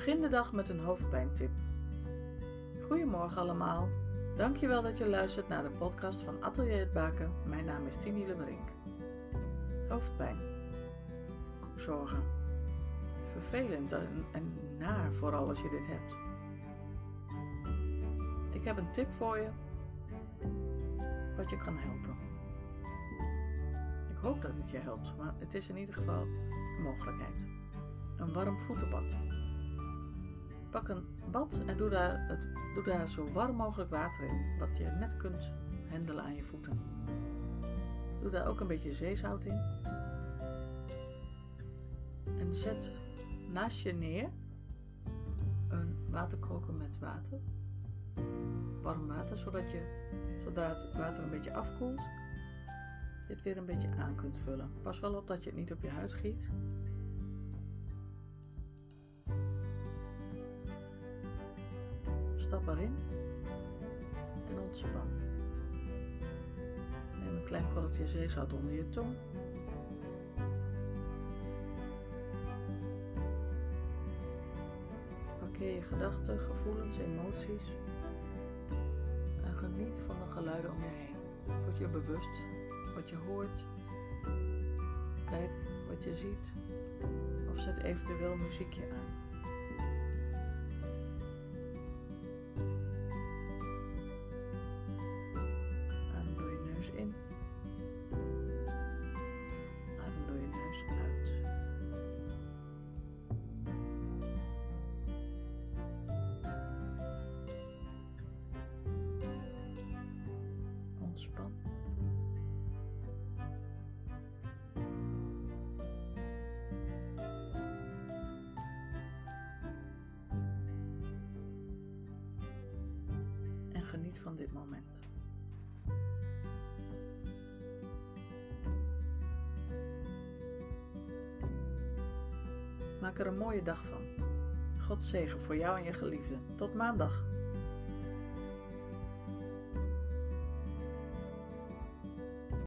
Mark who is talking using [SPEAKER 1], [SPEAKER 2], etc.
[SPEAKER 1] Begin de dag met een hoofdpijntip. Goedemorgen allemaal. Dankjewel dat je luistert naar de podcast van Atelier Het Baken. Mijn naam is Tini Lebrink. Hoofdpijn. Kopzorgen. Vervelend en naar vooral als je dit hebt. Ik heb een tip voor je wat je kan helpen. Ik hoop dat het je helpt, maar het is in ieder geval een mogelijkheid. Een warm voetenbad. Pak een bad en doe daar zo warm mogelijk water in, wat je net kunt hendelen aan je voeten. Doe daar ook een beetje zeezout in. En zet naast je neer een waterkoker met water. Warm water, zodra het water een beetje afkoelt, dit weer een beetje aan kunt vullen. Pas wel op dat je het niet op je huid giet. Stap erin en ontspan. Neem een klein korreltje zeezout onder je tong. Parkeer je gedachten, gevoelens, emoties en geniet van de geluiden om je heen. Word je bewust wat je hoort. Kijk wat je ziet of zet eventueel muziekje aan. In. Adem door je neus uit. Ontspan. En geniet van dit moment. Maak er een mooie dag van. God zegen voor jou en je geliefden. Tot maandag.